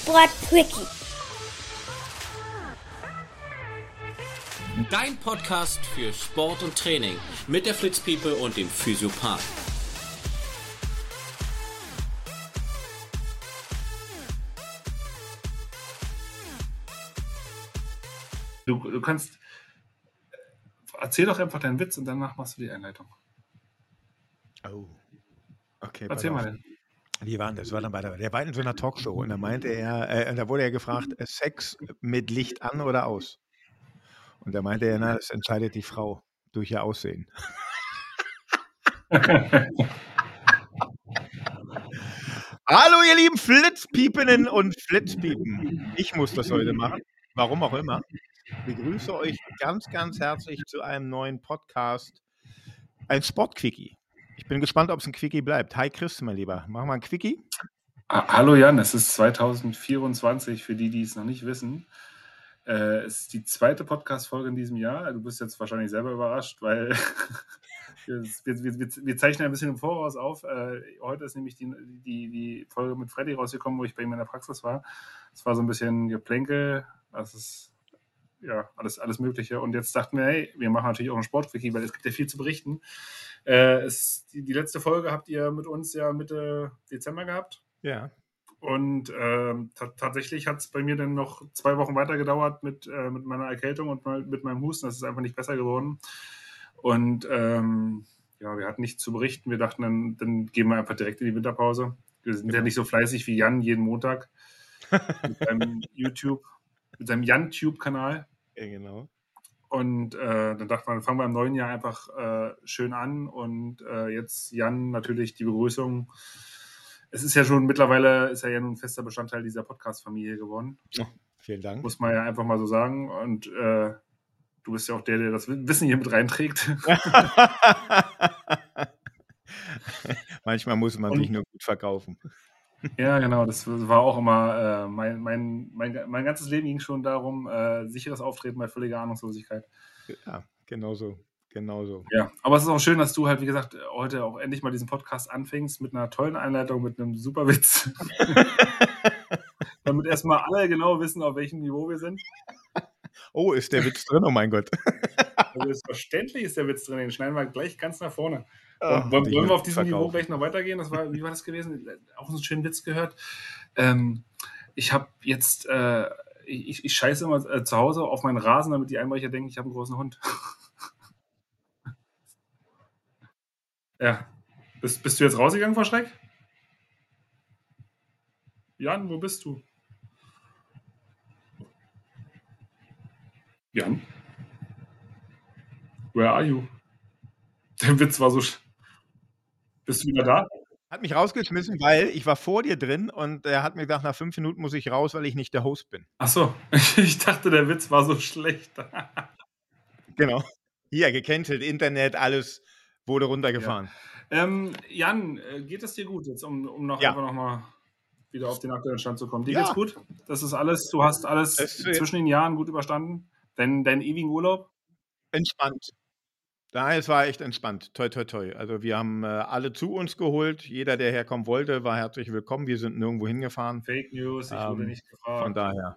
Sport-Quickie. Dein Podcast für Sport und Training mit der Fritz Piepe und dem Physiopath. Du kannst. Erzähl doch einfach deinen Witz und danach machst du die Einleitung. Oh. Okay, Erzähl mal den. Wie war denn das? Der war in so einer Talkshow und da meinte er, da wurde er gefragt, Sex mit Licht an oder aus? Und da meinte er, das entscheidet die Frau durch ihr Aussehen. Hallo ihr lieben Flitzpiepinnen und Flitzpiepen. Ich muss das heute machen, warum auch immer. Ich begrüße euch ganz, ganz herzlich zu einem neuen Podcast, ein Sport-Quickie. Ich bin gespannt, ob es ein Quickie bleibt. Hi Chris, mein Lieber. Machen wir ein Quickie? Hallo Jan, es ist 2024, für die es noch nicht wissen. Es ist die zweite Podcast-Folge in diesem Jahr. Du bist jetzt wahrscheinlich selber überrascht, weil wir zeichnen ein bisschen im Voraus auf. Heute ist nämlich die Folge mit Freddy rausgekommen, wo ich bei ihm in der Praxis war. Es war so ein bisschen Geplänkel, das ist ja alles Mögliche. Und jetzt dachten wir, hey, wir machen natürlich auch einen Sport-Quickie, weil es gibt ja viel zu berichten. Die letzte Folge habt ihr mit uns ja Mitte Dezember gehabt. Ja. Und tatsächlich hat es bei mir dann noch 2 Wochen weiter gedauert mit meiner Erkältung und mit meinem Husten. Das ist einfach nicht besser geworden. Und wir hatten nichts zu berichten. Wir dachten, dann gehen wir einfach direkt in die Winterpause. Wir sind ja nicht so fleißig wie Jan jeden Montag mit seinem Jan-Tube-Kanal. Ja, genau. Und dann dachte man, fangen wir im neuen Jahr einfach schön an. Und jetzt Jan natürlich die Begrüßung. Es ist ja schon mittlerweile, ist er ja nun ein fester Bestandteil dieser Podcast-Familie geworden. Oh, vielen Dank. Muss man ja einfach mal so sagen. Und du bist ja auch der das Wissen hier mit reinträgt. Manchmal muss man sich nur gut verkaufen. Ja, genau. Das war auch immer mein ganzes Leben ging schon darum, sicheres Auftreten bei völliger Ahnungslosigkeit. Ja, genauso. Ja, aber es ist auch schön, dass du halt, wie gesagt, heute auch endlich mal diesen Podcast anfängst mit einer tollen Einleitung, mit einem super Witz. Damit erstmal alle genau wissen, auf welchem Niveau wir sind. Oh, ist der Witz drin? Oh mein Gott. Also selbstverständlich ist der Witz drin, den schneiden wir gleich ganz nach vorne. Oh, Wollen wir auf diesem Niveau gleich noch weitergehen? Wie war das gewesen? Auch so einen schönen Witz gehört. Ich habe jetzt, ich scheiße immer zu Hause auf meinen Rasen, damit die Einbrecher denken, ich habe einen großen Hund. Ja. Bist du jetzt rausgegangen vor Schreck? Jan, wo bist du? Jan? Where are you? Der Witz war so... Bist du wieder da? Hat mich rausgeschmissen, weil ich war vor dir drin und er hat mir gesagt, nach 5 Minuten muss ich raus, weil ich nicht der Host bin. Ach so, ich dachte, der Witz war so schlecht. Genau. Hier, gecancelt, Internet, alles wurde runtergefahren. Ja. Jan, geht es dir gut jetzt, um einfach noch mal wieder auf den aktuellen Stand zu kommen? Dir geht's gut? Das ist alles, du hast alles zwischen den Jahren gut überstanden? Deinen ewigen Urlaub? Entspannt. Nein, es war echt entspannt. Toi, toi, toi. Also wir haben alle zu uns geholt. Jeder, der herkommen wollte, war herzlich willkommen. Wir sind nirgendwo hingefahren. Fake News, ich wurde nicht gefragt. Von daher.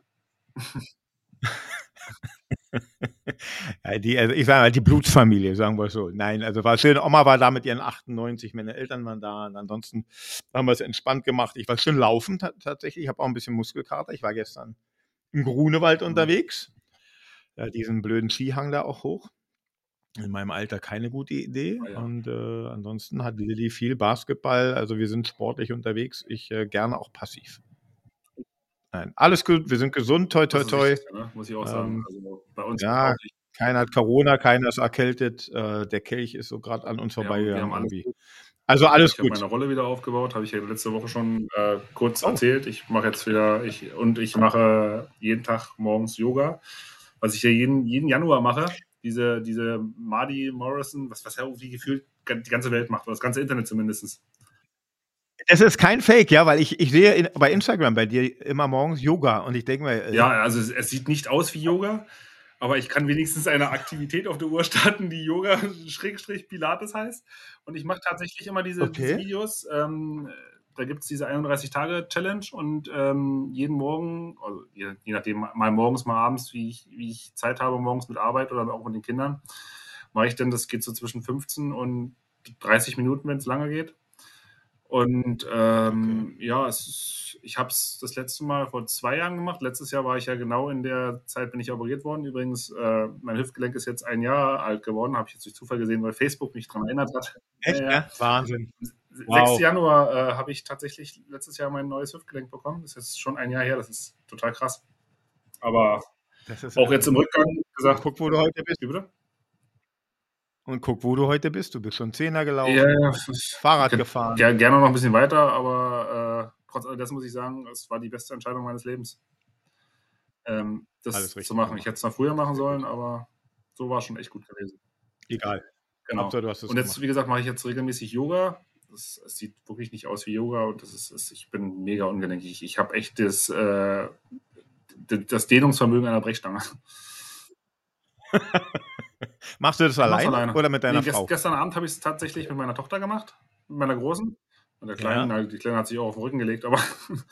Ich sage mal, die Blutsfamilie, sagen wir es so. Nein, also war schön. Oma war da mit ihren 98, meine Eltern waren da. Und ansonsten haben wir es entspannt gemacht. Ich war schön laufen tatsächlich. Ich habe auch ein bisschen Muskelkater. Ich war gestern im Grunewald unterwegs. Diesen blöden Skihang da auch hoch. In meinem Alter keine gute Idee. Ja. Und ansonsten hat Lilly viel Basketball. Also wir sind sportlich unterwegs. Ich gerne auch passiv. Nein, alles gut. Wir sind gesund. Toi, toi, toi. Richtig, ne? Muss ich auch sagen. Also bei uns ja, keiner hat Corona, keiner ist erkältet. Der Kelch ist so gerade an uns vorbeigegangen. Also alles gut. Ich habe meine Rolle wieder aufgebaut. Habe ich ja letzte Woche schon kurz erzählt. Ich mache jetzt wieder, ich mache jeden Tag morgens Yoga. Was ich ja jeden Januar mache. Diese Mardi Morrison, was ja irgendwie gefühlt die ganze Welt macht, oder das ganze Internet zumindest. Es ist kein Fake, ja, weil ich sehe bei Instagram bei dir immer morgens Yoga und ich denke mir... Ja, also es sieht nicht aus wie Yoga, aber ich kann wenigstens eine Aktivität auf der Uhr starten, die Yoga-Pilates heißt. Und ich mache tatsächlich immer diese Videos, da gibt es diese 31-Tage-Challenge und jeden Morgen, also je nachdem, mal morgens, mal abends, wie ich Zeit habe, morgens mit Arbeit oder auch mit den Kindern, mache ich dann, das geht so zwischen 15 und 30 Minuten, wenn es lange geht. Und ja, ich habe es das letzte Mal vor 2 Jahren gemacht. Letztes Jahr war ich ja genau in der Zeit, bin ich operiert worden. Übrigens, mein Hüftgelenk ist jetzt 1 Jahr alt geworden, habe ich jetzt durch Zufall gesehen, weil Facebook mich daran erinnert hat. Echt, Ja, ja? ja. Wahnsinn. 6. Wow. Januar habe ich tatsächlich letztes Jahr mein neues Hüftgelenk bekommen. Das ist schon 1 Jahr her, das ist total krass. Aber Das ist auch jetzt im Rückgang gesagt. Guck, wo du heute bist. Wie bitte? Und guck, wo du heute bist. Du bist schon 10er gelaufen, Ja, Fahrrad gefahren. gerne noch ein bisschen weiter, aber trotz all dessen muss ich sagen, es war die beste Entscheidung meines Lebens, das Alles richtig zu machen. gemacht. Ich hätte es noch früher machen Sehr sollen, gut. aber so war es schon echt gut gewesen. Egal. Genau. Hauptsache, du hast es Und jetzt, gemacht. wie gesagt, mache ich jetzt regelmäßig Yoga. Es sieht wirklich nicht aus wie Yoga und ich bin mega ungelenkig. Ich habe echt das Dehnungsvermögen einer Brechstange. Machst du das Ich mach's alleine alleine. oder mit deiner Nee, Frau? gestern Abend habe ich es tatsächlich mit meiner Tochter gemacht, mit meiner Großen. Und der Kleinen, Ja. die Kleine hat sich auch auf den Rücken gelegt, aber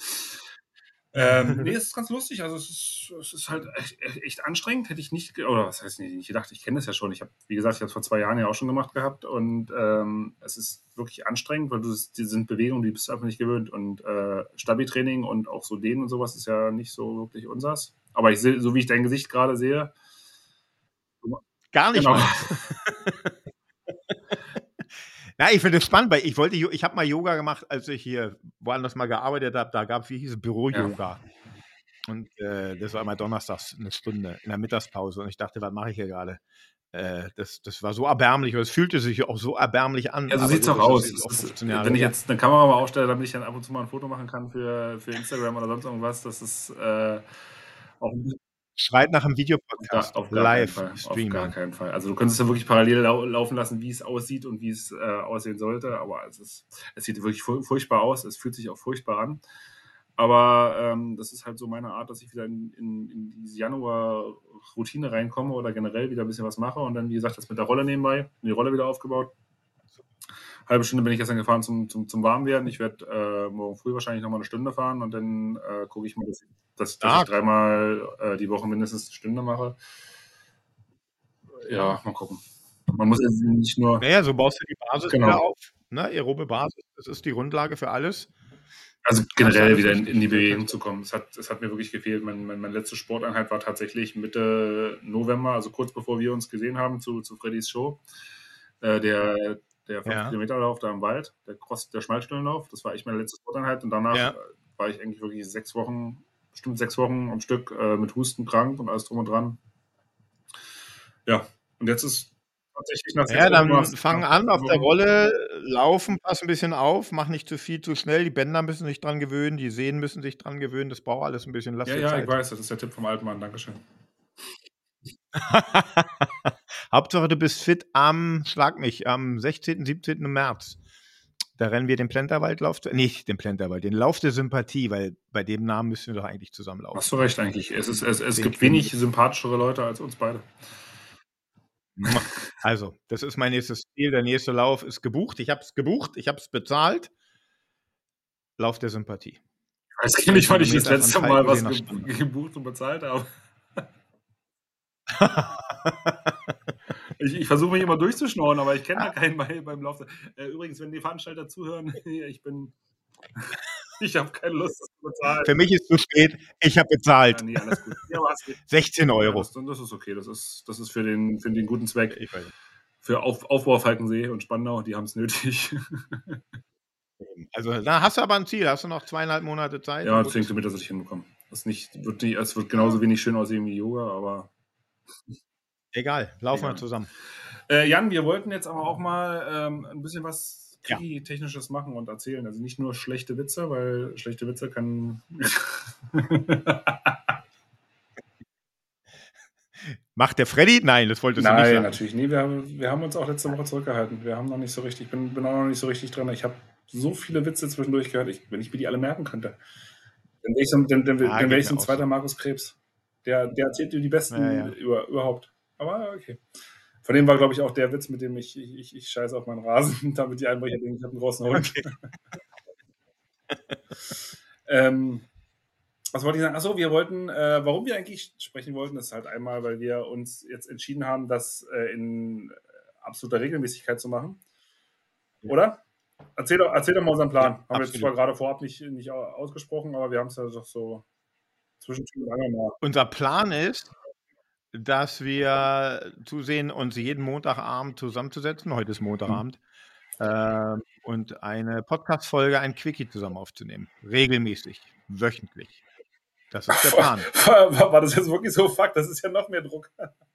nee, es ist ganz lustig. Also es ist halt echt anstrengend. Hätte ich nicht, oder was heißt nicht gedacht, ich kenne das ja schon. Wie gesagt, ich habe es vor 2 Jahren ja auch schon gemacht gehabt und es ist wirklich anstrengend, weil die sind Bewegungen, die bist du einfach nicht gewöhnt. Und Stabi-Training und auch so Dehnen und sowas ist ja nicht so wirklich unsers. Aber ich sehe, so wie ich dein Gesicht gerade sehe, Gar nicht genau. meins. Na, ich finde es spannend, weil ich habe mal Yoga gemacht, als ich hier woanders mal gearbeitet habe. Da gab es, wie hieß es, Büro-Yoga. Und das war immer donnerstags 1 Stunde in der Mittagspause. Und ich dachte, was mache ich hier gerade? Das war so erbärmlich, oder es fühlte sich auch so erbärmlich an. Ja, so aber sieht es gut, auch das aus. ist jetzt auch 15 Jahre Wenn ich her. jetzt eine Kamera mal aufstelle, damit ich dann ab und zu mal ein Foto machen kann für Instagram oder sonst irgendwas, das ist auch Schreit nach einem Videopodcast. auf gar keinen Live Fall. Auf gar streamen. keinen Fall. Also du könntest ja wirklich parallel laufen lassen, wie es aussieht und wie es aussehen sollte, aber es sieht wirklich furchtbar aus, es fühlt sich auch furchtbar an. Aber das ist halt so meine Art, dass ich wieder in diese Januar-Routine reinkomme oder generell wieder ein bisschen was mache und dann, wie gesagt, das mit der Rolle nebenbei, die Rolle wieder aufgebaut. Halbe Stunde bin ich gestern gefahren zum Warmwerden. Ich werde morgen früh wahrscheinlich nochmal 1 Stunde fahren und dann gucke ich mal, dass ich 3-mal die Woche mindestens 1 Stunde mache. Ja, mal gucken. Man muss jetzt nicht nur. Naja, so baust du die Basis Genau. wieder auf. Ne? Aerobe Basis, das ist die Grundlage für alles. Also Machst du generell alles wieder richtig. in die Bewegung zu kommen. Es hat mir wirklich gefehlt. Meine letzte Sporteinheit war tatsächlich Mitte November, also kurz bevor wir uns gesehen haben zu Freddys Show. Der 5-Kilometer-Lauf da im Wald, der Schmalspurlauf, das war echt meine letzte Sporteinheit. Und danach war ich eigentlich wirklich bestimmt 6 Wochen am Stück mit Husten krank und alles drum und dran. Ja, und jetzt ist tatsächlich nach 6 Wochen. Dann fang an auf der Rolle, laufen, pass ein bisschen auf, mach nicht zu viel, zu schnell. Die Bänder müssen sich dran gewöhnen, die Sehnen müssen sich dran gewöhnen. Das braucht alles ein bisschen. Lass dir Zeit. Ich weiß, das ist der Tipp vom alten Mann. Dankeschön. Hauptsache, du bist fit am 16., 17. März. Da rennen wir den Plenterwaldlauf, nicht den Plenterwald, den Lauf der Sympathie, weil bei dem Namen müssen wir doch eigentlich zusammenlaufen. Hast du recht eigentlich. Es gibt wenig sympathischere Leute als uns beide. Also, das ist mein nächstes Ziel. Der nächste Lauf ist gebucht. Ich habe es bezahlt. Lauf der Sympathie. Ich weiß gar nicht, wann ich das letzte Mal was gebucht und bezahlt habe. Ich versuche mich immer durchzuschnorren, aber ich kenne da keinen beim Lauf. Übrigens, wenn die Veranstalter zuhören, ich habe keine Lust, das zu bezahlen. Für mich ist es zu spät. Ich habe bezahlt. Ja, nee, alles gut. Ja, 16 Euro. Ja, das ist okay. Das ist für den guten Zweck. Für Aufbau Falkensee und Spandau, die haben es nötig. Also, da hast du aber ein Ziel. Hast du noch 2,5 Monate Zeit? Ja, 10 Kilometer soll ich hinbekommen. Es wird genauso wenig schön aussehen wie Yoga, aber. Egal, laufen wir zusammen. Jan, wir wollten jetzt aber auch mal ein bisschen was Technisches machen und erzählen. Also nicht nur schlechte Witze, weil schlechte Witze kann. Macht der Freddy? Nein, das wolltest du nicht sagen. Nein, natürlich nie. Wir haben uns auch letzte Woche zurückgehalten. Wir haben noch nicht so richtig, ich bin auch noch nicht so richtig dran. Ich habe so viele Witze zwischendurch gehört, wenn ich mir die alle merken könnte. Dann wäre ich so ein zweiter Markus Krebs. Der erzählt dir die besten überhaupt. Aber okay. Von dem war, glaube ich, auch der Witz, mit dem ich scheiße auf meinen Rasen, damit die Einbrecher denken, ich habe einen großen Hund. Okay. Was wollte ich sagen? Achso, wir wollten, warum wir eigentlich sprechen wollten, ist halt einmal, weil wir uns jetzt entschieden haben, das in absoluter Regelmäßigkeit zu machen. Oder? Erzähl doch mal unseren Plan. Ja, haben wir jetzt absolut. zwar gerade vorab nicht ausgesprochen, aber wir haben es ja doch so zwischendurch lange mal. Unser Plan ist, dass wir zusehen, uns jeden Montagabend zusammenzusetzen. Heute ist Montagabend. Und eine Podcast-Folge, ein Quickie zusammen aufzunehmen. Regelmäßig, wöchentlich. Das ist der Plan. War das jetzt wirklich so? Fuck, das ist ja noch mehr Druck.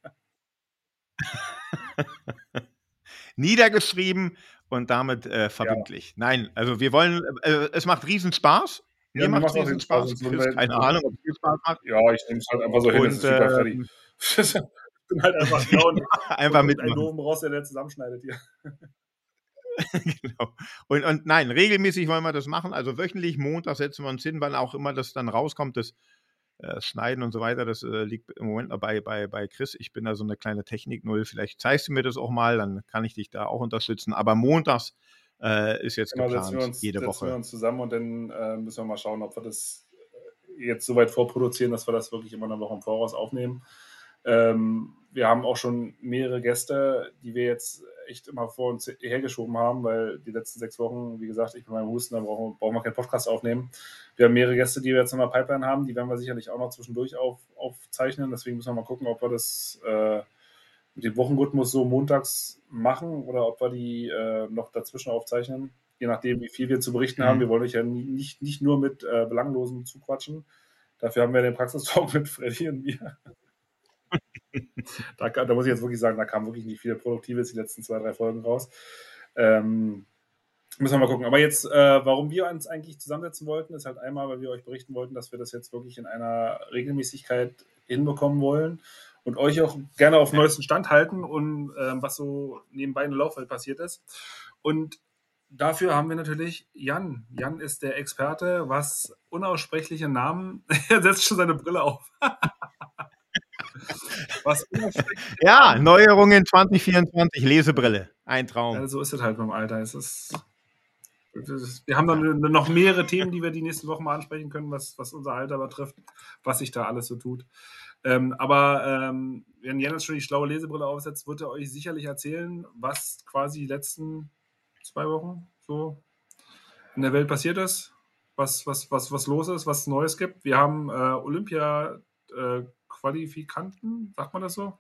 Niedergeschrieben und damit verbindlich. Nein, also wir wollen, es macht riesen Spaß. Mir macht es riesen Spaß. Chris, keine Ahnung, ob es viel Spaß macht. Ja, ich nehme es halt einfach so hin, das ist wie bei Freddy. Ich bin halt einfach schlau und einfach mit einen Doofen raus, der zusammenschneidet hier. Genau. Und nein, regelmäßig wollen wir das machen. Also wöchentlich, Montag setzen wir uns hin, wann auch immer das dann rauskommt, das Schneiden und so weiter, das liegt im Moment noch bei Chris. Ich bin da so eine kleine Technik-Null. Vielleicht zeigst du mir das auch mal, dann kann ich dich da auch unterstützen. Aber montags ist jetzt geplant, jede Woche. Setzen wir uns zusammen und dann müssen wir mal schauen, ob wir das jetzt so weit vorproduzieren, dass wir das wirklich immer eine Woche im Voraus aufnehmen. Wir haben auch schon mehrere Gäste, die wir jetzt echt immer vor uns hergeschoben haben, weil die letzten 6 Wochen, wie gesagt, ich mit meinem Husten, da brauchen wir keinen Podcast aufnehmen. Wir haben mehrere Gäste, die wir jetzt noch in der Pipeline haben, die werden wir sicherlich auch noch zwischendurch aufzeichnen. Deswegen müssen wir mal gucken, ob wir das mit dem Wochenrhythmus so montags machen oder ob wir die noch dazwischen aufzeichnen. Je nachdem, wie viel wir zu berichten haben. Wir wollen euch ja nicht nur mit Belanglosen zuquatschen. Dafür haben wir den Praxistalk mit Freddy und mir. Da muss ich jetzt wirklich sagen, da kam wirklich nicht viel Produktives die letzten 2, 3 Folgen raus. Müssen wir mal gucken. Aber jetzt, warum wir uns eigentlich zusammensetzen wollten, ist halt einmal, weil wir euch berichten wollten, dass wir das jetzt wirklich in einer Regelmäßigkeit hinbekommen wollen und euch auch gerne auf den neuesten Stand halten und was so nebenbei in der Laufwelt passiert ist. Und dafür haben wir natürlich Jan. Jan ist der Experte, was unaussprechliche Namen, er setzt schon seine Brille auf. Ja, Neuerungen 2024, Lesebrille, ein Traum. Ja, so ist es halt beim Alter. Wir haben dann noch mehrere Themen, die wir die nächsten Wochen mal ansprechen können, was unser Alter betrifft, was sich da alles so tut. Aber wenn Jan jetzt schon die schlaue Lesebrille aufsetzt, wird er euch sicherlich erzählen, was quasi die letzten 2 Wochen so in der Welt passiert ist, was los ist, was Neues gibt. Wir haben Olympia-Qualifikanten, sagt man das so,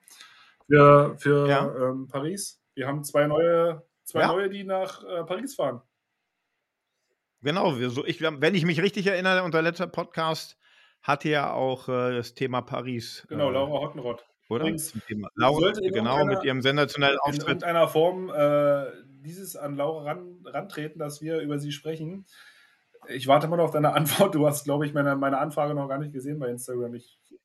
für Paris. Wir haben zwei neue, die nach Paris fahren. Genau, wenn ich mich richtig erinnere, unser letzter Podcast hatte ja auch das Thema Paris. Genau, Laura Hottenrott. Oder? Übrigens, Laura, genau, mit ihrem sensationellen Auftritt. In irgendeiner Form dieses an Laura rantreten, dass wir über sie sprechen. Ich warte mal auf deine Antwort. Du hast, glaube ich, meine Anfrage noch gar nicht gesehen bei Instagram.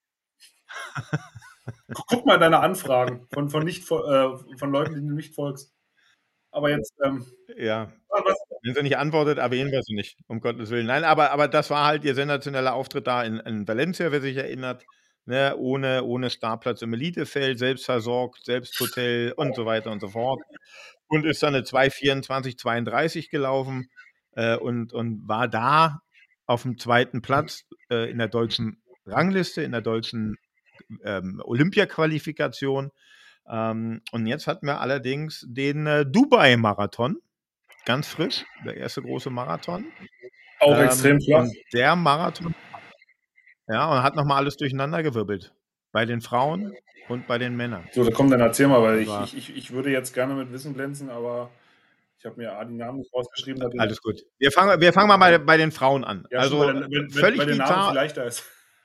Guck mal deine Anfragen von Leuten, denen du nicht folgst. Aber jetzt. Ja. Wenn sie nicht antwortet, erwähnen wir sie nicht, um Gottes Willen. Nein, aber das war halt ihr sensationeller Auftritt da in Valencia, wer sich erinnert. Ne, ohne Startplatz im Elitefeld, selbst versorgt, selbst Hotel und so weiter und so fort. Und ist dann eine 2:24,32 gelaufen und war da auf dem 2. Platz in der deutschen Rangliste, in der deutschen Olympia-Qualifikation. Und jetzt hatten wir allerdings den Dubai-Marathon. Ganz frisch, der erste große Marathon. Auch extrem flach. Und der Marathon, ja, und hat nochmal alles durcheinandergewirbelt. Bei den Frauen und bei den Männern. So, da komm, dann erzähl mal, weil ich würde jetzt gerne mit Wissen glänzen, aber ich habe mir die Namen nicht rausgeschrieben. Alles gut. Wir fangen mal bei den Frauen an. Ja, also völlig der Name viel leichter ist.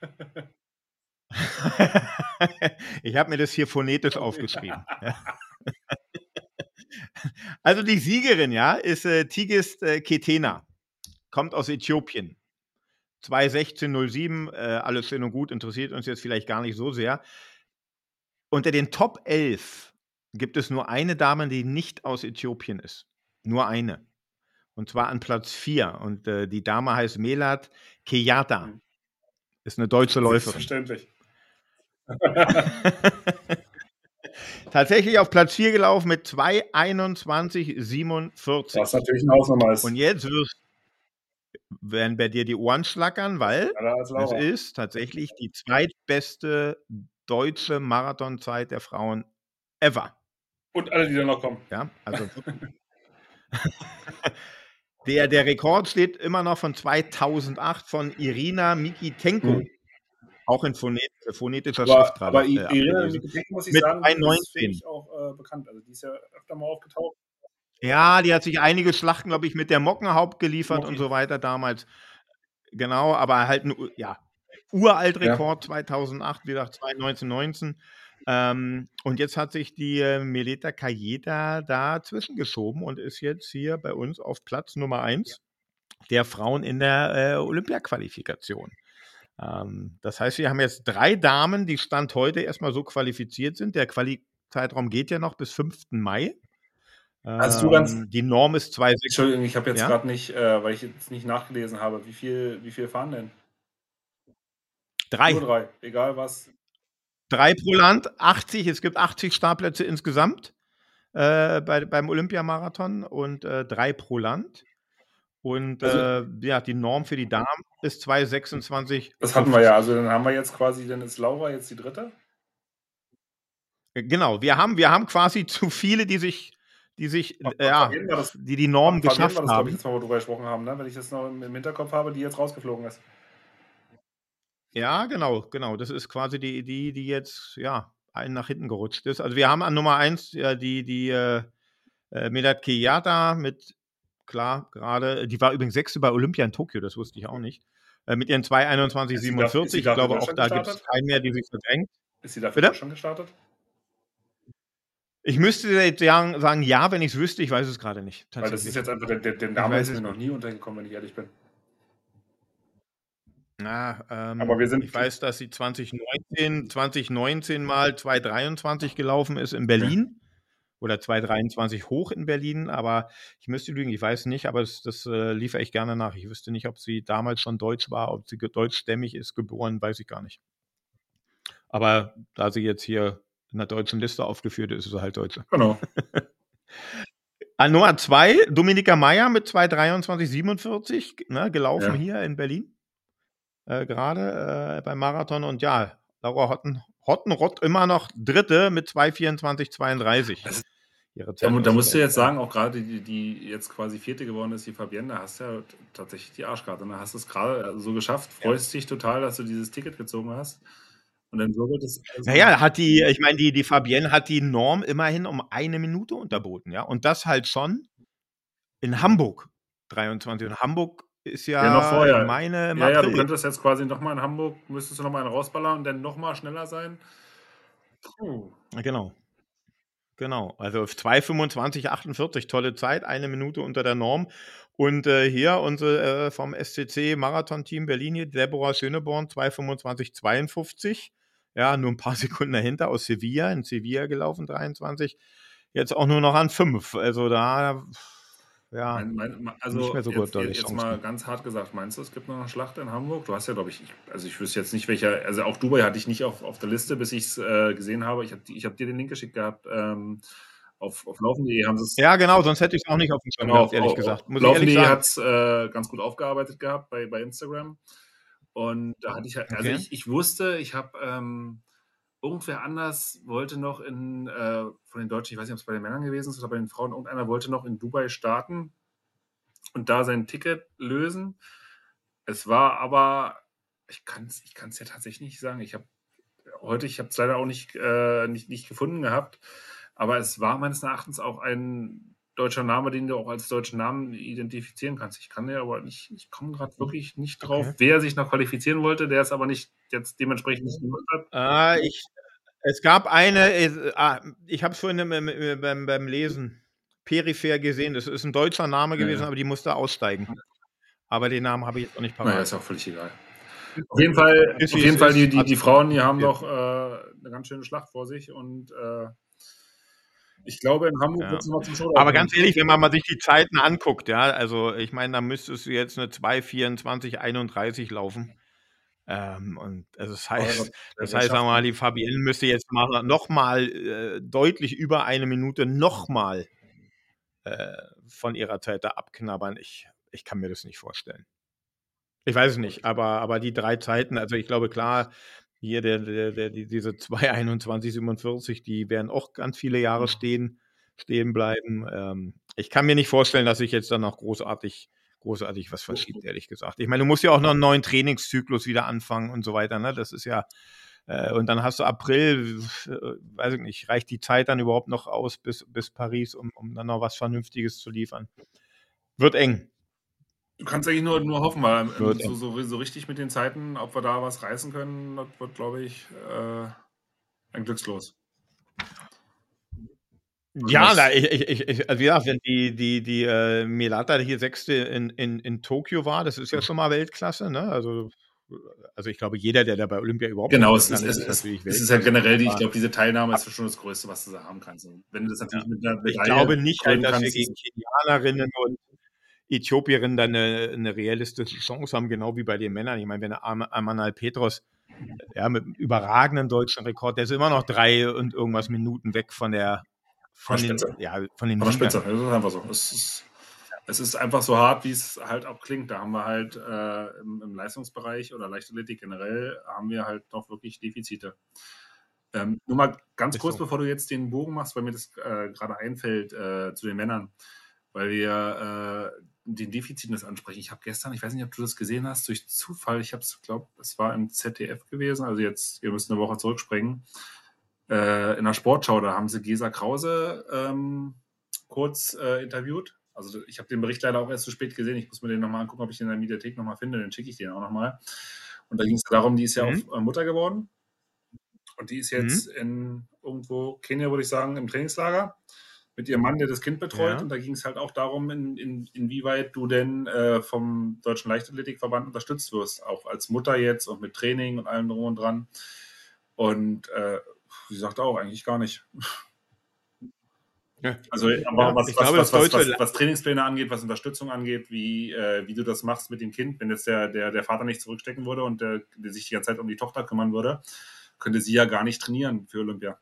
Ich habe mir das hier phonetisch aufgeschrieben. Also die Siegerin, ist Tigist Ketena, kommt aus Äthiopien. 2:16,07, alles schön und gut, interessiert uns jetzt vielleicht gar nicht so sehr. Unter den Top 11 gibt es nur eine Dame, die nicht aus Äthiopien ist. Nur eine. Und zwar an Platz 4. Und die Dame heißt Melat Keyata. Ist eine deutsche Läuferin. Selbstverständlich. Tatsächlich auf Platz 4 gelaufen mit 2:21,47. Was natürlich eine Ausnahme ist. Und jetzt werden bei dir die Ohren schlackern, weil Schneller als es Laura. ist tatsächlich die zweitbeste deutsche Marathonzeit der Frauen ever. Und alle, die dann noch kommen. Ja, also der Rekord steht immer noch von 2008 von Irina Mikitenko. Auch in phonetischer Schrift Aber gerade Irina abgelesen. Mikitenko, muss ich Mit sagen, die ist für 2,19. mich auch bekannt. Also die ist ja öfter mal aufgetaucht. Ja, die hat sich einige Schlachten, glaube ich, mit der Mockenhaupt geliefert Mocki. und so weiter damals. Genau, aber halt ein Uralt-Rekord 2008, wie gesagt, 2,19,19. Und jetzt hat sich die Melita Kayeta dazwischen geschoben und ist jetzt hier bei uns auf Platz Nummer 1 der Frauen in der Olympia-Qualifikation. Das heißt, wir haben jetzt 3 Damen, die Stand heute erstmal so qualifiziert sind. Der Quali-Zeitraum geht ja noch bis 5. Mai. Die Norm ist 2,6. Entschuldigung, ich habe jetzt Ja? gerade nicht, weil ich jetzt nicht nachgelesen habe, wie viel fahren denn? 3. Nur 3, egal was. 3 pro Land, 80. Es gibt 80 Startplätze insgesamt beim Olympiamarathon und 3 pro Land. Und die Norm für die Damen ist 2,26. Das hatten wir ja. Also dann haben wir jetzt quasi, dann ist Laura jetzt die dritte. Genau, wir haben quasi zu viele, die die Norm geschafft war das, glaube ich, haben. jetzt mal, wo wir drüber gesprochen haben, ne? Wenn ich das noch im Hinterkopf habe, die jetzt rausgeflogen ist. Ja, genau. Das ist quasi die jetzt, einen nach hinten gerutscht ist. Also wir haben an Nummer 1 die Melat Keyata mit, klar, gerade, die war übrigens 6. bei Olympia in Tokio, das wusste ich auch nicht. Mit ihren 2,21,47. Ich glaube, auch da gibt es keinen mehr, die sich verdrängt. Ist sie dafür Deutschland gestartet? Ich müsste jetzt sagen, ja, wenn ich es wüsste. Ich weiß es gerade nicht. Weil das ist jetzt einfach, der Name ist mir noch nie untergekommen, wenn ich ehrlich bin. Aber ich weiß, dass sie 2019 mal 2,23 gelaufen ist in Berlin. Oder 2,23 hoch in Berlin, aber ich müsste lügen, ich weiß nicht, aber das liefere ich gerne nach. Ich wüsste nicht, ob sie damals schon deutsch war, ob sie deutschstämmig ist, geboren, weiß ich gar nicht. Aber da sie jetzt hier in der deutschen Liste aufgeführt ist, ist sie halt Deutsche. Genau. An Nummer 2, Dominika Meier mit 2,23,47, gelaufen hier in Berlin. Gerade beim Marathon. Und ja, Laura Hottenrott immer noch Dritte mit 2,24,32. Da musst du jetzt sagen, auch gerade die jetzt quasi Vierte geworden ist, die Fabienne, da hast du ja tatsächlich die Arschkarte. Da hast du es gerade so geschafft, freust dich total, dass du dieses Ticket gezogen hast. Und dann wirbelt es. Naja, die Fabienne hat die Norm immerhin um 1 Minute unterboten, ja. Und das halt schon in Hamburg 23. Und Hamburg ist ja noch vorher. Ich meine im April. April. Du könntest jetzt quasi nochmal in Hamburg, müsstest du nochmal einen rausballern und dann nochmal schneller sein. Genau. Also 2,25,48, tolle Zeit, 1 Minute unter der Norm. Und hier unsere vom SCC Marathon-Team Berlin hier, Deborah Schöneborn, 2,25,52. Ja, nur ein paar Sekunden dahinter aus Sevilla, in Sevilla gelaufen, 23. Jetzt auch nur noch an 5. Also da, also nicht mehr so gut. Jetzt mal ganz hart gesagt, meinst du, es gibt noch eine Schlacht in Hamburg? Du hast ja, glaube ich, ich wüsste jetzt nicht, welcher, also auch Dubai hatte ich nicht auf der Liste, bis ich es gesehen habe. Ich hab dir den Link geschickt gehabt. Auf Laufen.de haben sie es. Ja, genau, sonst hätte ich es auch nicht auf dem Schirm gehabt, ehrlich gesagt. Laufen.de hat es ganz gut aufgearbeitet gehabt bei Instagram. Und da hatte ich halt, also ich wusste, ich habe irgendwer anders wollte noch von den Deutschen, ich weiß nicht, ob es bei den Männern gewesen ist oder bei den Frauen, irgendeiner wollte noch in Dubai starten und da sein Ticket lösen. Es war aber, ich kann es ja tatsächlich nicht sagen. Ich habe es leider auch nicht gefunden gehabt, aber es war meines Erachtens auch ein deutscher Name, den du auch als deutschen Namen identifizieren kannst. Ich kann ja aber nicht, ich komme gerade wirklich nicht drauf, wer sich noch qualifizieren wollte, der es aber nicht jetzt dementsprechend nicht gemacht hat. Es gab eine, ich habe es vorhin beim Lesen peripher gesehen, das ist ein deutscher Name gewesen, aber die musste aussteigen. Aber den Namen habe ich jetzt auch nicht parat. Naja, ist auch völlig egal. Auf jeden Fall, die Frauen, die haben noch eine ganz schöne Schlacht vor sich und ich glaube, in Hamburg wird es noch zum Showdown. Aber ganz ehrlich, wenn man mal sich die Zeiten anguckt, ja, also ich meine, da müsstest du jetzt eine 2,24,31 laufen. Und also das heißt, sagen wir mal, die Fabienne müsste jetzt nochmal deutlich über 1 Minute nochmal von ihrer Zeit da abknabbern. Ich kann mir das nicht vorstellen. Ich weiß es nicht, aber die 3 Zeiten, also ich glaube klar, hier diese 2:21,47, die werden auch ganz viele Jahre stehen bleiben. Ich kann mir nicht vorstellen, dass sich jetzt dann noch großartig was verschiebt, ehrlich gesagt. Ich meine, du musst ja auch noch einen neuen Trainingszyklus wieder anfangen und so weiter, ne? Das ist ja und dann hast du April, weiß ich nicht, reicht die Zeit dann überhaupt noch aus bis Paris, um dann noch was Vernünftiges zu liefern? Wird eng, Du kannst eigentlich nur hoffen, weil wird eng. so richtig mit den Zeiten, ob wir da was reißen können, das wird, glaube ich, ein Glückslos. Ja, also wie gesagt, wenn die Melata hier Sechste in Tokio war, das ist ja schon mal Weltklasse, ne? Also ich glaube, jeder, der da bei Olympia überhaupt Genau, mitgefahren ist, ist natürlich es ist ja Weltklasse. generell, ich Aber glaube, diese Teilnahme ist schon das Größte, was du da haben kannst. Und wenn du das ja, natürlich mit einer ich Medaille glaube nicht halt, krönen dass wir kannst, gegen Kenianerinnen und Äthiopierinnen dann eine realistische Chance haben, genau wie bei den Männern. Ich meine, wenn Amanal Petros ja, mit einem überragenden deutschen Rekord, der ist immer noch 3 und irgendwas Minuten weg von von der Spitze. von den Von der Siegern. Spitze, das ist einfach so. Es ist einfach so hart, wie es halt auch klingt. Da haben wir halt im Leistungsbereich oder Leichtathletik generell haben wir halt noch wirklich Defizite. Nur mal ganz Ist kurz, so. bevor du jetzt den Bogen machst, weil mir das gerade einfällt zu den Männern, weil wir den Defiziten das ansprechen. Ich habe gestern, ich weiß nicht, ob du das gesehen hast, durch Zufall, ich habe es, glaube, es war im ZDF gewesen, also jetzt, wir müssen eine Woche zurückspringen, in der Sportschau, da haben sie Gesa Krause kurz interviewt. Also ich habe den Bericht leider auch erst zu spät gesehen. Ich muss mir den nochmal angucken, ob ich den in der Mediathek nochmal finde. Dann schicke ich den auch nochmal. Und da ging es darum, die ist ja Mhm. auch Mutter geworden. Und die ist jetzt Mhm. in irgendwo Kenia, würde ich sagen, im Trainingslager mit ihrem Mann, der das Kind betreut. Ja. Und da ging es halt auch darum, inwieweit du denn vom Deutschen Leichtathletikverband unterstützt wirst. Auch als Mutter jetzt und mit Training und allem drum und dran. Und sie sagt auch, eigentlich gar nicht. Ja. Also, aber Ja, ich glaube, das deutsche was Trainingspläne angeht, was Unterstützung angeht, wie du das machst mit dem Kind, wenn jetzt der Vater nicht zurückstecken würde und der sich die ganze Zeit um die Tochter kümmern würde, könnte sie ja gar nicht trainieren für Olympia.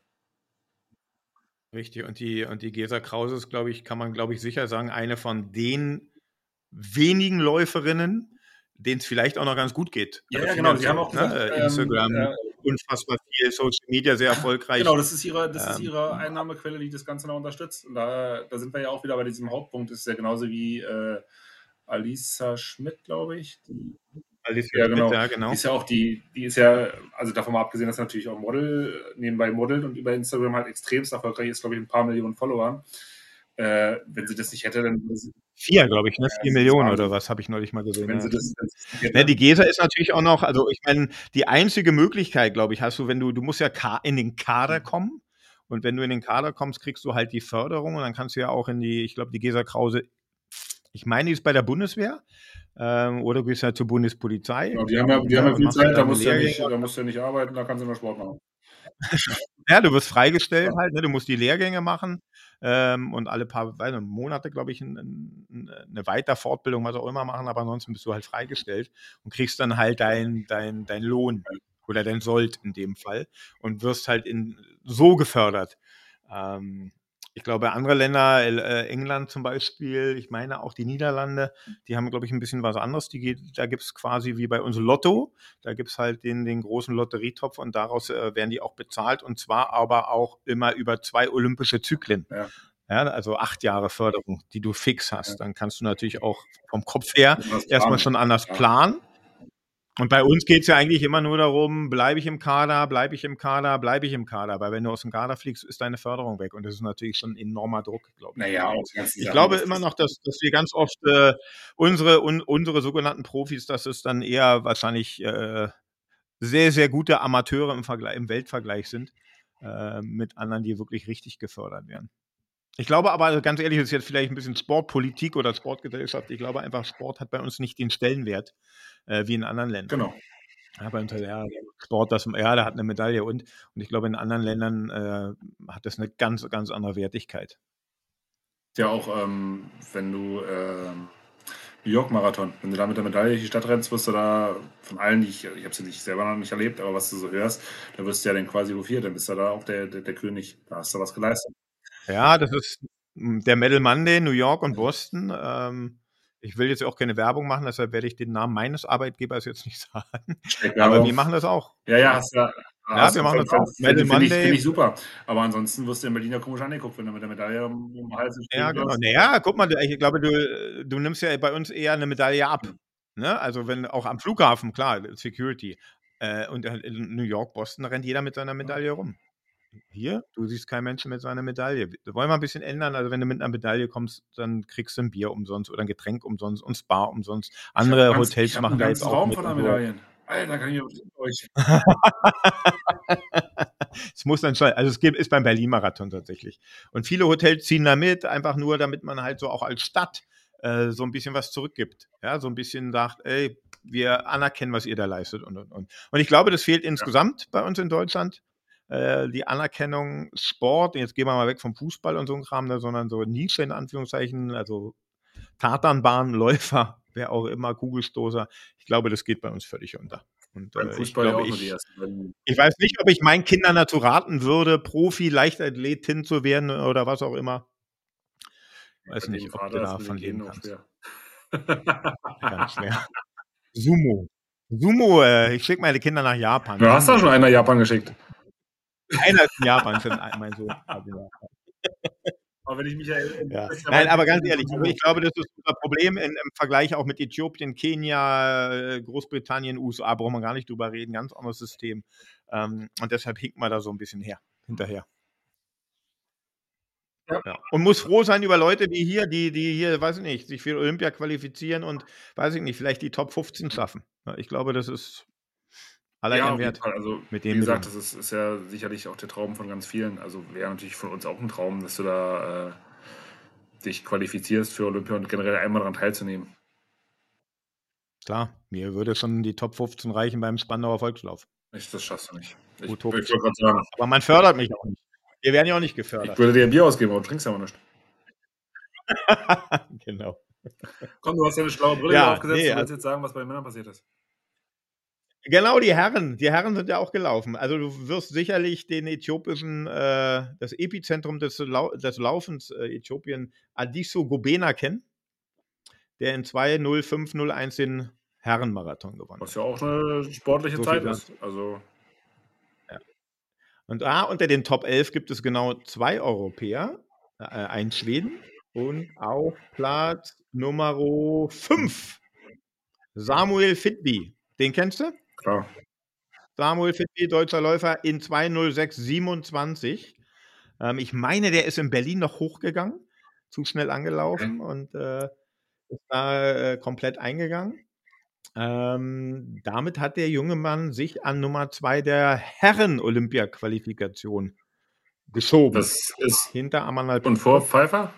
Richtig. Und die Gesa Krause ist, glaube ich, kann man, glaube ich, sicher sagen, eine von den wenigen Läuferinnen, denen es vielleicht auch noch ganz gut geht. Ja, Also ja, genau. Sie haben finanziell. auch gesagt, Ne? Instagram, unfassbar viel, Social Media sehr genau, erfolgreich. das ist ihre Einnahmequelle, die das Ganze noch unterstützt. Und da sind wir ja auch wieder bei diesem Hauptpunkt. Das ist ja genauso wie Alisa Schmidt, glaube ich. Alicia Ja, Schmidt, genau. ja, Die genau. ist ja auch die ist ja, also davon mal abgesehen, dass sie natürlich auch nebenbei modelt und über Instagram halt extremst erfolgreich ist, glaube ich, ein paar Millionen Followern. Wenn sie das nicht hätte, dann würde sie, 4, glaube ich, ne? ja, 4 das ist Millionen oder Wahnsinn. was, habe ich neulich mal gesehen. Wenn Ja. sie das nicht Ne, hätte, die Gesa ist natürlich auch noch, also ich meine, die einzige Möglichkeit, glaube ich, hast du, wenn du musst ja in den Kader kommen. Und wenn du in den Kader kommst, kriegst du halt die Förderung und dann kannst du ja auch ich glaube, die Gesa Krause, ich meine, die ist bei der Bundeswehr oder du gehst halt zur Bundespolizei, genau, die haben ne, ja und viel machst da Zeit, deine Lehrgänge. da musst du ja nicht arbeiten, da kannst du nur Sport machen. Ja, du wirst freigestellt Ja. halt, ne? Du musst die Lehrgänge machen und alle paar Monate, glaube ich, eine Weiterfortbildung, was auch immer machen, aber ansonsten bist du halt freigestellt und kriegst dann halt dein Lohn oder dein Sold in dem Fall und wirst halt so gefördert. Ich glaube, andere Länder, England zum Beispiel, ich meine auch die Niederlande, die haben, glaube ich, ein bisschen was anderes. Da gibt es quasi wie bei uns Lotto. Da gibt es halt den großen Lotterietopf und daraus werden die auch bezahlt und zwar aber auch immer über 2 olympische Zyklen. Ja. Ja, also 8 Jahre Förderung, die du fix hast. Dann kannst du natürlich auch vom Kopf her Das erstmal planen. schon anders Ja. planen. Und bei uns geht es ja eigentlich immer nur darum, bleibe ich im Kader, bleibe ich im Kader, bleibe ich im Kader. Weil wenn du aus dem Kader fliegst, ist deine Förderung weg. Und das ist natürlich schon ein enormer Druck, glaube ich, für Naja, die. auch die ganzen Ich Sachen. glaube immer noch, dass wir ganz oft unsere sogenannten Profis, dass es dann eher wahrscheinlich sehr, sehr gute Amateure im Weltvergleich sind mit anderen, die wirklich richtig gefördert werden. Ich glaube aber, ganz ehrlich, das ist jetzt vielleicht ein bisschen Sportpolitik oder Sportgesellschaft. Ich glaube einfach, Sport hat bei uns nicht den Stellenwert wie in anderen Ländern. Genau. Ja, bei uns, ja, Sport, der hat eine Medaille und ich glaube, in anderen Ländern hat das eine ganz, ganz andere Wertigkeit. Ja, auch wenn du New York Marathon, wenn du da mit der Medaille durch die Stadt rennst, wirst du da von allen, ich habe es ja nicht selber noch nicht erlebt, aber was du so hörst, da wirst du ja dann quasi hofiert, dann bist du da auch der König. Da hast du was geleistet. Ja, das ist der Medal Monday, New York und Boston. Ich will jetzt auch keine Werbung machen, deshalb werde ich den Namen meines Arbeitgebers jetzt nicht sagen. Aber Steckwerbung. wir machen das auch. Ja, Ja, wir machen das auch. Medal Finde ich Monday. super. Aber ansonsten wirst du in Berlin ja komisch angeguckt, wenn du mit der Medaille um Hals und Ja, genau. Naja, guck mal, ich glaube, du nimmst ja bei uns eher eine Medaille ab. Ne? Also wenn auch am Flughafen, klar, Security. Und in New York, Boston rennt jeder mit seiner Medaille rum. Hier, du siehst keinen Menschen mit seiner Medaille. Wir wollen mal ein bisschen ändern. Also wenn du mit einer Medaille kommst, dann kriegst du ein Bier umsonst oder ein Getränk umsonst und Spa umsonst. Andere Hotels machen da jetzt auch Raum mit. voller Medaillen. Alter, kann ich mit euch. Es muss dann schon, also ist beim Berlin-Marathon tatsächlich. Und viele Hotels ziehen da mit, einfach nur, damit man halt so auch als Stadt so ein bisschen was zurückgibt. Ja, so ein bisschen sagt, ey, wir anerkennen, was ihr da leistet und. Und ich glaube, das fehlt insgesamt bei uns in Deutschland. Die Anerkennung Sport, jetzt gehen wir mal weg vom Fußball und so ein Kram, ne, sondern so Nische in Anführungszeichen, also Tatanbahnläufer, wer auch immer, Kugelstoßer. Ich glaube, das geht bei uns völlig unter. Und ich glaube, ich weiß nicht, ob ich meinen Kindern dazu raten würde, Profi, Leichtathletin zu werden oder was auch immer. Weiß nicht, ob du davon leben kannst. Ganz schwer. Sumo, ich schicke meine Kinder nach Japan. Du hast doch schon einen nach Japan geschickt. Einer ist in Japan, mein Sohn. Aber wenn ich mich erinnere. Ja. Nein, aber ganz ehrlich, ich glaube, das ist unser Problem im Vergleich auch mit Äthiopien, Kenia, Großbritannien, USA, brauchen wir gar nicht drüber reden, ganz anderes System. Und deshalb hinkt man da so ein bisschen hinterher. Ja. Und muss froh sein über Leute wie hier, die hier, weiß ich nicht, sich für Olympia qualifizieren und, weiß ich nicht, vielleicht die Top 15 schaffen. Ich glaube, das ist aller Ehren wert. Also, wie gesagt, das ist ja sicherlich auch der Traum von ganz vielen. Also wäre natürlich von uns auch ein Traum, dass du da dich qualifizierst für Olympia und generell einmal daran teilzunehmen. Klar, mir würde schon die Top 15 reichen beim Spandauer Volkslauf. Das schaffst du nicht. Ich wollte gerade sagen. Aber man fördert mich auch nicht. Wir werden ja auch nicht gefördert. Ich würde dir ein Bier ausgeben, aber du trinkst ja auch nicht. Genau. Komm, du hast ja eine schlaue Brille aufgesetzt. Du willst jetzt sagen, was bei den Männern passiert ist. Genau, die Herren sind ja auch gelaufen. Also du wirst sicherlich den äthiopischen, das Epizentrum des Laufens Äthiopien, Adisu Gobena kennen, der in 2:05:01 den Herrenmarathon gewonnen hat. Was ja auch eine sportliche Zeit ist. Also. Ja. Und unter den Top 11 gibt es genau 2 Europäer, ein Schweden und auf Platz Nummer 5 Samuel Fitby. Den kennst du? Klar. Samuel Fitby, deutscher Läufer in 2:06:27. Ich meine, der ist in Berlin noch hochgegangen, zu schnell angelaufen und ist da komplett eingegangen. Damit hat der junge Mann sich an Nummer 2 der Herren-Olympia-Qualifikation geschoben. Das ist hinter Amanal und vor Pfeiffer?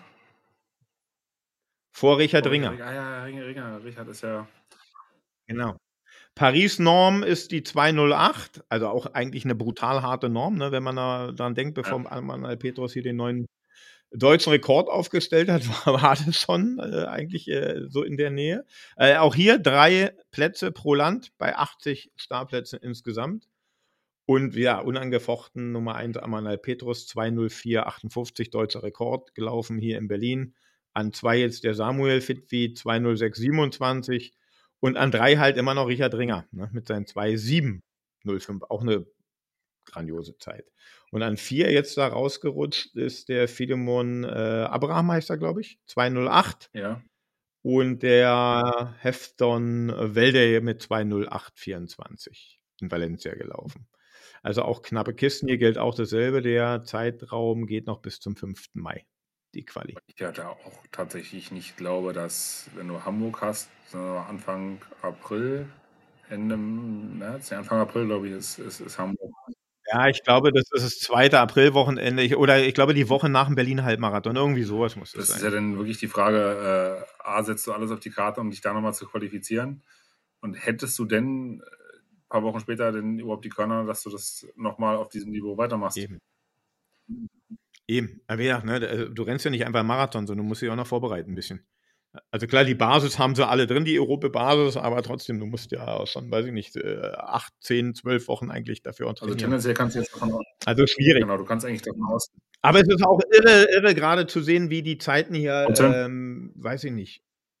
Vor Richard Ringer. Ja, Ringer. Richard ist ja. Genau. Paris-Norm ist die 2:08, also auch eigentlich eine brutal harte Norm, ne, wenn man daran denkt, bevor Amanal Petros hier den neuen deutschen Rekord aufgestellt hat, war das schon eigentlich so in der Nähe. Auch hier 3 Plätze pro Land bei 80 Startplätzen insgesamt. Und ja, unangefochten Nummer 1 Amanal Petros, 2:04:58 deutscher Rekord gelaufen hier in Berlin. An 2 jetzt der Samuel Fitby, 2:06:27. Und an 3 halt immer noch Richard Ringer, ne, mit seinen 2:07:05. Auch eine grandiose Zeit. Und an 4 jetzt da rausgerutscht ist der Philemon Abraham, heißt er, glaube ich, 2:08. Ja. Und der Hefton Welde mit 2:08:24 in Valencia gelaufen. Also auch knappe Kisten. Hier gilt auch dasselbe. Der Zeitraum geht noch bis zum 5. Mai, die Quali. Ich ja da auch tatsächlich nicht glaube, dass, wenn du Hamburg hast, Anfang April, Ende März, Anfang April, glaube ich, ist Hamburg. Ja, ich glaube, das ist das 2. Aprilwochenende. Ich glaube, die Woche nach dem Berlin-Halbmarathon. Irgendwie sowas muss das sein. Das ist ja dann wirklich die Frage, setzt du alles auf die Karte, um dich da nochmal zu qualifizieren? Und hättest du denn ein paar Wochen später denn überhaupt die Körner, dass du das nochmal auf diesem Niveau weitermachst? Eben. Aber ja, ne, du rennst ja nicht einfach Marathon, sondern du musst dich auch noch vorbereiten ein bisschen. Also klar, die Basis haben sie alle drin, die Europe-Basis, aber trotzdem, du musst ja auch schon, weiß ich nicht, 8, 10, 12 Wochen eigentlich dafür auch trainieren. Also tendenziell kannst du jetzt davon aus. Also schwierig. Genau, du kannst eigentlich davon aus. Aber es ist auch irre gerade zu sehen, wie die Zeiten hier, weiß ich nicht,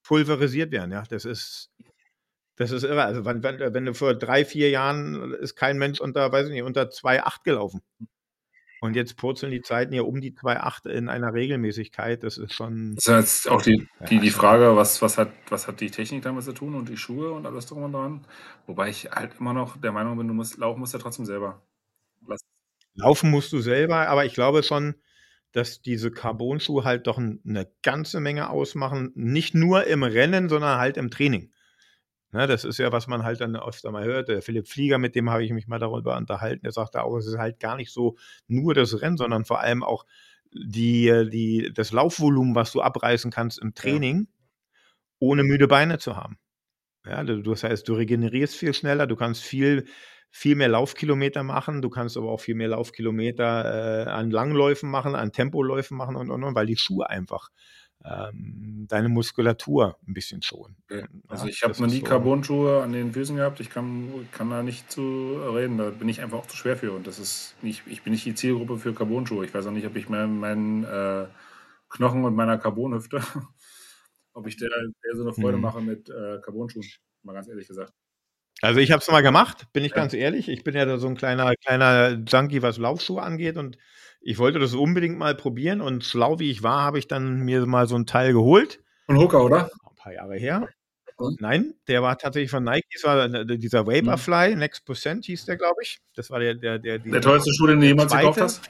pulverisiert werden. Ja, das ist irre. Also wenn du vor 3, 4 Jahren ist kein Mensch unter 2,8 gelaufen. Und jetzt purzeln die Zeiten ja um die 2,8 in einer Regelmäßigkeit. Das ist schon. Das ist jetzt auch die Frage, was hat die Technik damit zu tun und die Schuhe und alles drum und dran. Wobei ich halt immer noch der Meinung bin, laufen musst ja trotzdem selber. Laufen musst du selber, aber ich glaube schon, dass diese Carbon-Schuhe halt doch eine ganze Menge ausmachen. Nicht nur im Rennen, sondern halt im Training. Ne, das ist ja, was man halt dann öfter mal hört. Der Philipp Flieger, mit dem habe ich mich mal darüber unterhalten, der sagte auch, es ist halt gar nicht so nur das Rennen, sondern vor allem auch das Laufvolumen, was du abreißen kannst im Training, ohne müde Beine zu haben. Ja, das heißt, du regenerierst viel schneller, du kannst viel mehr Laufkilometer machen, du kannst aber auch viel mehr Laufkilometer an Langläufen machen, an Tempoläufen machen und, weil die Schuhe einfach deine Muskulatur ein bisschen schonen. Okay. Also ich habe noch nie Carbon-Schuhe an den Füßen gehabt, ich kann da nicht zu reden, da bin ich einfach auch zu schwer für und ich bin nicht die Zielgruppe für Carbon-Schuhe. Ich weiß auch nicht, ob ich meinen Knochen und meiner Carbon-Hüfte, ob ich der so eine Freude mache mit Carbon-Schuhen, mal ganz ehrlich gesagt. Also ich habe es mal gemacht, bin ich ganz ehrlich. Ich bin ja da so ein kleiner Junkie, was Laufschuhe angeht und ich wollte das unbedingt mal probieren und schlau wie ich war, habe ich dann mir mal so ein Teil geholt. Von Hoka, oder? Ein paar Jahre her. Nein, der war tatsächlich von Nike. Das war dieser Vaporfly, Next Percent hieß der, glaube ich. Das war der teuerste Schuh, den du jemals gekauft hast?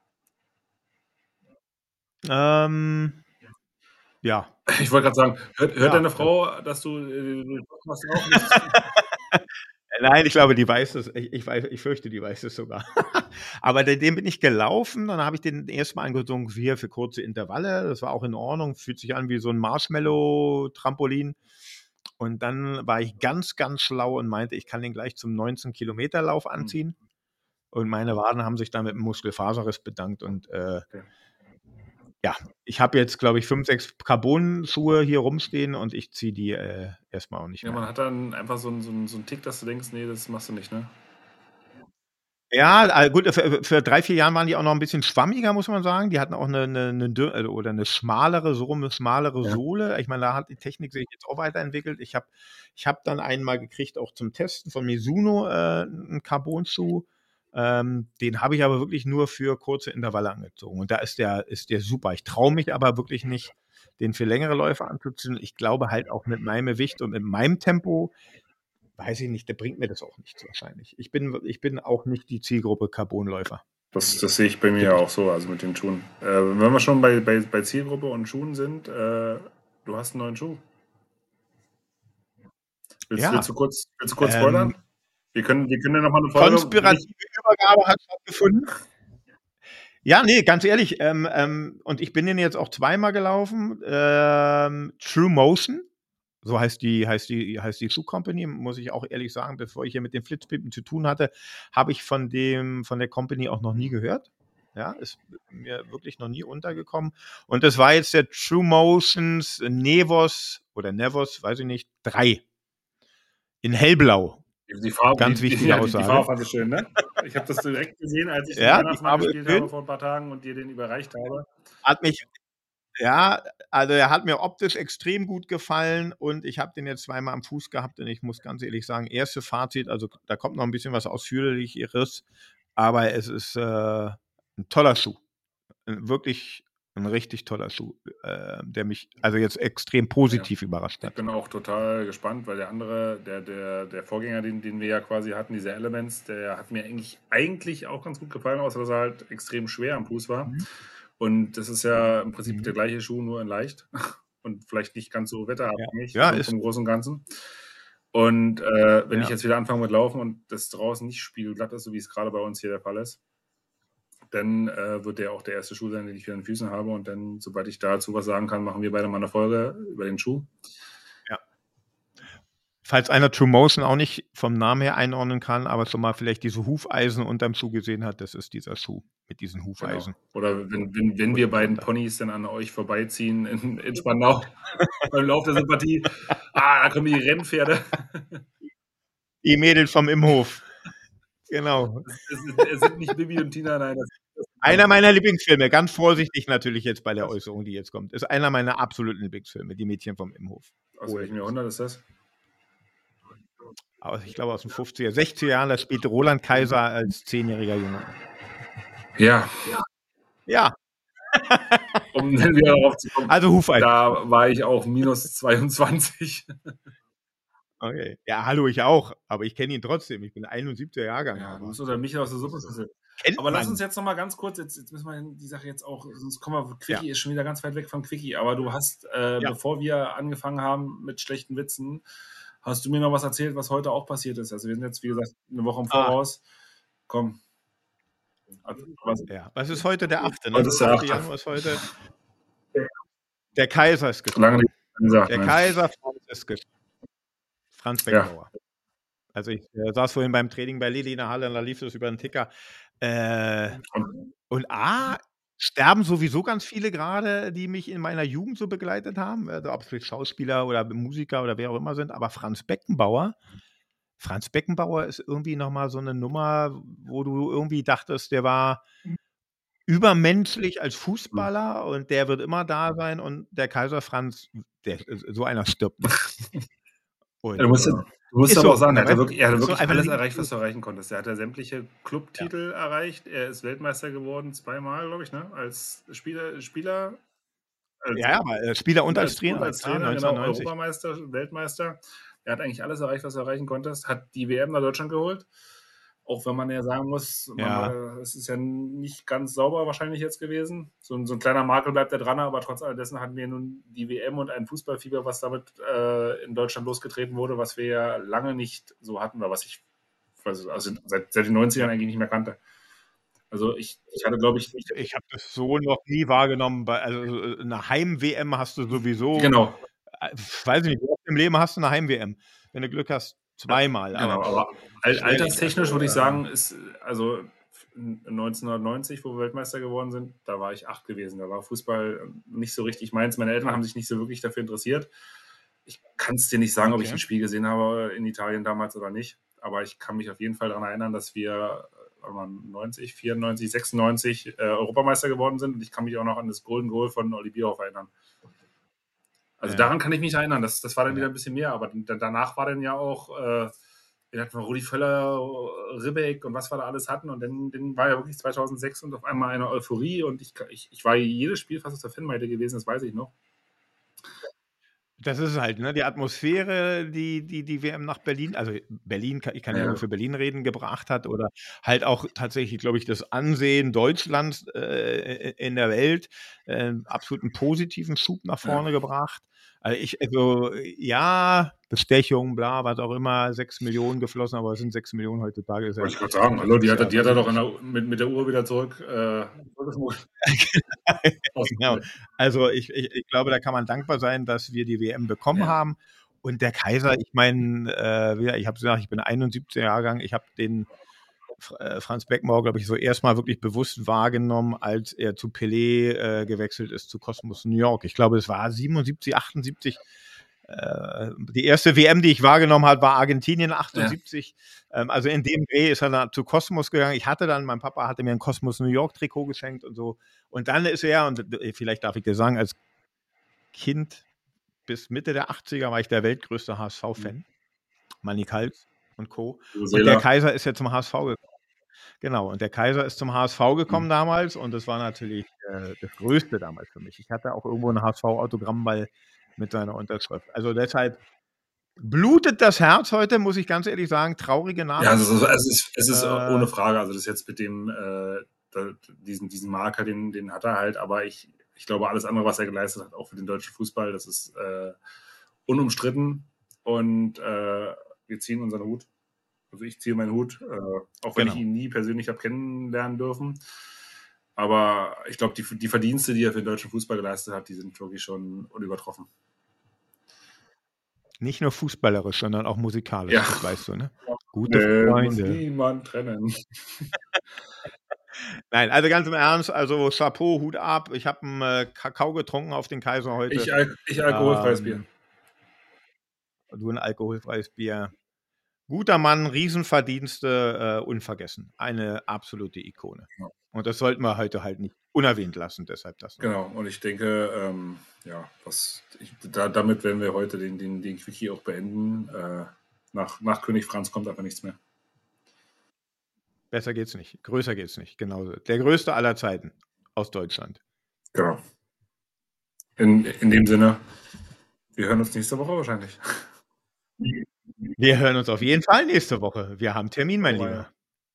Ja. Ich wollte gerade sagen, hört deine Frau, dass du was auch nicht? Nein, ich glaube, die weiß es. Ich fürchte, die weiß es sogar. Aber den bin ich gelaufen, dann habe ich den erstmal angezogen hier für kurze Intervalle. Das war auch in Ordnung, fühlt sich an wie so ein Marshmallow-Trampolin. Und dann war ich ganz, ganz schlau und meinte, ich kann den gleich zum 19-Kilometer-Lauf anziehen. Und meine Waden haben sich dann mit dem Muskelfaserriss bedankt. Und ja, ich habe jetzt, glaube ich, 5, 6 Carbon-Schuhe hier rumstehen und ich ziehe die erstmal auch nicht mehr. Ja, man hat dann einfach so einen Tick, dass du denkst, nee, das machst du nicht, ne? Ja, gut, für 3, 4 Jahren waren die auch noch ein bisschen schwammiger, muss man sagen. Die hatten auch eine schmalere Sohle. Ich meine, da hat die Technik sich jetzt auch weiterentwickelt. Ich hab dann einen mal gekriegt, auch zum Testen von Mizuno, einen Carbon-Schuh. Den habe ich aber wirklich nur für kurze Intervalle angezogen. Und da ist der super. Ich traue mich aber wirklich nicht, den für längere Läufe anzuziehen. Ich glaube halt auch mit meinem Gewicht und mit meinem Tempo, weiß ich nicht, der bringt mir das auch nichts wahrscheinlich. Ich bin auch nicht die Zielgruppe Carbonläufer. Das sehe ich bei mir ja auch so, also mit den Schuhen. Wenn wir schon bei Zielgruppe und Schuhen sind, du hast einen neuen Schuh. Willst du kurz spoilern? Wir können ja nochmal eine Folge... Konspirative Übergabe hat stattgefunden. Ja, nee, ganz ehrlich, und ich bin den jetzt auch zweimal gelaufen. True Motion, so heißt die Shoe Company, muss ich auch ehrlich sagen, bevor ich hier mit den Flitzpipen zu tun hatte, habe ich von der Company auch noch nie gehört. Ja, ist mir wirklich noch nie untergekommen. Und das war jetzt der True Motions Nevos, weiß ich nicht, 3. In hellblau. Die Farbe, ganz wichtige Aussage. Die Farbe fand ich schön, ne? Ich habe das direkt gesehen, als ich den Weihnachtsmann gespielt habe vor ein paar Tagen und dir den überreicht habe. Er hat mir optisch extrem gut gefallen und ich habe den jetzt zweimal am Fuß gehabt und ich muss ganz ehrlich sagen, erste Fazit, also da kommt noch ein bisschen was Ausführlicheres, aber es ist ein toller Schuh. Wirklich ein richtig toller Schuh, der mich also jetzt extrem positiv überrascht hat. Ich bin auch total gespannt, weil der andere, der Vorgänger, den wir ja quasi hatten, diese Elements, der hat mir eigentlich auch ganz gut gefallen, außer dass er halt extrem schwer am Fuß war. Und das ist ja im Prinzip der gleiche Schuh, nur in leicht und vielleicht nicht ganz so wetterabhängig vom Großen und Ganzen. Und wenn ich jetzt wieder anfange mit Laufen und das draußen nicht spiegelglatt ist, so wie es gerade bei uns hier der Fall ist, dann wird der auch der erste Schuh sein, den ich wieder an den Füßen habe. Und dann, sobald ich dazu was sagen kann, machen wir beide mal eine Folge über den Schuh. Ja. Falls einer True Motion auch nicht vom Namen her einordnen kann, aber schon mal vielleicht diese Hufeisen unterm Schuh gesehen hat, das ist dieser Schuh mit diesen Hufeisen. Genau. Oder wenn wir beiden Ponys dann an euch vorbeiziehen in Spandau beim Lauf der Sympathie, da kommen die Rennpferde. Die Mädels vom Imhof. Genau. Es sind nicht Bibi und Tina, nein. Einer meiner Lieblingsfilme, ganz vorsichtig natürlich jetzt bei der Äußerung, die jetzt kommt, ist einer meiner absoluten Lieblingsfilme, Die Mädchen vom Immenhof. Aus welchem Jahrhundert ist das? Ich glaube aus den 50er, 60er Jahren, da spielte Roland Kaiser als 10-jähriger Junge. Ja. Ja. Um dann wieder darauf zu kommen. Also Hufeisen. Da war ich auch minus 22. Okay. Ja, hallo, ich auch. Aber ich kenne ihn trotzdem. Ich bin 71er Jahrgang. Ja, du bist oder Michael aus der Suppe. Aber lass uns jetzt noch mal ganz kurz, jetzt müssen wir die Sache jetzt auch, sonst kommen wir, Quickie ist schon wieder ganz weit weg von Quickie, aber du hast, bevor wir angefangen haben mit schlechten Witzen, hast du mir noch was erzählt, was heute auch passiert ist. Also wir sind jetzt, wie gesagt, eine Woche im Voraus. Komm. Was ist heute der 8.? Heute ist der 8. Januar ist heute. Der Kaiser ist gestorben. Der Kaiser Franz Beckenbauer. Ja. Also ich saß vorhin beim Training bei Lili in der Halle und da lief es über den Ticker. Und sterben sowieso ganz viele gerade, die mich in meiner Jugend so begleitet haben, also ob es Schauspieler oder Musiker oder wer auch immer sind, aber Franz Beckenbauer ist irgendwie nochmal so eine Nummer, wo du irgendwie dachtest, der war übermenschlich als Fußballer und der wird immer da sein und der Kaiser Franz, so einer stirbt nicht. Du musst aber auch sagen, er hat wirklich alles erreicht, was du erreichen konntest. Er hat ja sämtliche Clubtitel erreicht. Er ist Weltmeister geworden, zweimal, glaube ich, ne? Als Spieler. Aber Spieler und als Trainer. Als Trainer, genau, Europameister, Weltmeister. Er hat eigentlich alles erreicht, was er erreichen konnte. Hat die WM nach Deutschland geholt. Auch wenn man ja sagen muss, es ist ja nicht ganz sauber wahrscheinlich jetzt gewesen. So ein kleiner Makel bleibt da dran, aber trotz alledessen hatten wir nun die WM und ein Fußballfieber, was damit in Deutschland losgetreten wurde, was wir ja lange nicht so hatten, oder was ich seit den 90ern eigentlich nicht mehr kannte. Also ich hatte, glaube ich, nicht. Ich habe das so noch nie wahrgenommen. Also eine Heim-WM hast du sowieso. Genau. Weiß ich nicht, wie oft im Leben hast du eine Heim-WM? Wenn du Glück hast, zweimal. Genau, aber alterstechnisch würde ich sagen, ist also 1990, wo wir Weltmeister geworden sind, da war ich 8 gewesen. Da war Fußball nicht so richtig meins. Meine Eltern haben sich nicht so wirklich dafür interessiert. Ich kann es dir nicht sagen, ob ich ein Spiel gesehen habe in Italien damals oder nicht. Aber ich kann mich auf jeden Fall daran erinnern, dass wir 90, 94, 96 Europameister geworden sind. Und ich kann mich auch noch an das Golden Goal von Oli Bierhoff erinnern. Also daran kann ich mich erinnern. Das war dann wieder ein bisschen mehr. Aber danach war dann ja auch wir hatten Rudi Völler, Ribbeck und was wir da alles hatten. Und dann war ja wirklich 2006 und auf einmal eine Euphorie. Und ich war jedes Spiel fast aus der Fanmeile gewesen, das weiß ich noch. Das ist halt, ne, die Atmosphäre, die WM nach Berlin, also Berlin, ich kann ja nur für Berlin reden, gebracht hat oder halt auch tatsächlich, glaube ich, das Ansehen Deutschlands in der Welt absolut einen positiven Schub nach vorne gebracht. Also Bestechung, bla, was auch immer, 6 Millionen geflossen, aber es sind 6 Millionen heutzutage. Wollte ich gerade sagen, hallo, die hat er doch mit der Uhr wieder zurück. Genau. Also ich glaube, da kann man dankbar sein, dass wir die WM bekommen haben. Und der Kaiser, ich meine, ich habe gesagt, ich bin 71er Jahrgang, ich habe den Franz Beckenbauer, glaube ich, so erstmal wirklich bewusst wahrgenommen, als er zu Pelé gewechselt ist, zu Cosmos New York. Ich glaube, es war 77, 78. Die erste WM, die ich wahrgenommen habe, war Argentinien 78. Also in dem Dreh ist er dann zu Cosmos gegangen. Mein Papa hatte mir ein Cosmos New York Trikot geschenkt und so. Und dann ist er, und vielleicht darf ich dir sagen, als Kind bis Mitte der 80er war ich der weltgrößte HSV-Fan. Manny Kals und Co. Und der Kaiser ist ja zum HSV gekommen. Genau, und der Kaiser ist zum HSV gekommen damals und das war natürlich das Größte damals für mich. Ich hatte auch irgendwo einen HSV-Autogrammball mit seiner Unterschrift. Also deshalb blutet das Herz heute, muss ich ganz ehrlich sagen, traurige Nachricht. Ja, also es ist ohne Frage, also das jetzt mit dem diesen Marker, den hat er halt, aber ich glaube, alles andere, was er geleistet hat, auch für den deutschen Fußball, das ist unumstritten und wir ziehen unseren Hut. Also ich ziehe meinen Hut, auch wenn ich ihn nie persönlich habe kennenlernen dürfen. Aber ich glaube, die Verdienste, die er für den deutschen Fußball geleistet hat, die sind wirklich schon unübertroffen. Nicht nur fußballerisch, sondern auch musikalisch, das weißt du, ne? Gute Freunde. Muss niemand trennen. Nein, also ganz im Ernst, also Chapeau, Hut ab. Ich habe einen Kakao getrunken auf den Kaiser heute. Ich alkoholfreies Bier. Du ein alkoholfreies Bier. Guter Mann, Riesenverdienste, unvergessen. Eine absolute Ikone. Und das sollten wir heute halt nicht unerwähnt lassen, deshalb das. Genau, und ich denke, damit werden wir heute den Quickie auch beenden. Nach König Franz kommt einfach nichts mehr. Besser geht's nicht, größer geht's nicht, genauso. Der größte aller Zeiten aus Deutschland. Genau. In dem Sinne, wir hören uns nächste Woche wahrscheinlich. Wir hören uns auf jeden Fall nächste Woche. Wir haben Termin, mein Lieber.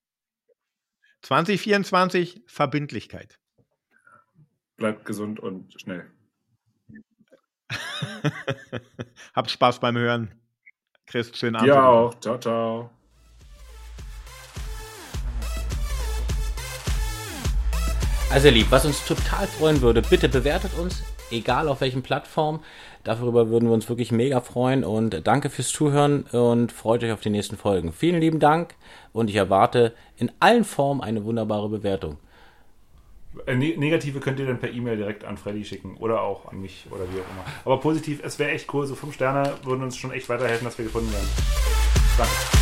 2024, Verbindlichkeit. Bleibt gesund und schnell. Habt Spaß beim Hören. Chris, schönen Abend. Ja auch. Ciao, ciao. Also ihr Lieben, was uns total freuen würde, bitte bewertet uns, egal auf welchen Plattformen. Darüber würden wir uns wirklich mega freuen und danke fürs Zuhören und freut euch auf die nächsten Folgen. Vielen lieben Dank und ich erwarte in allen Formen eine wunderbare Bewertung. Negative könnt ihr dann per E-Mail direkt an Freddy schicken oder auch an mich oder wie auch immer. Aber positiv, es wäre echt cool, so 5 Sterne würden uns schon echt weiterhelfen, dass wir gefunden werden. Danke.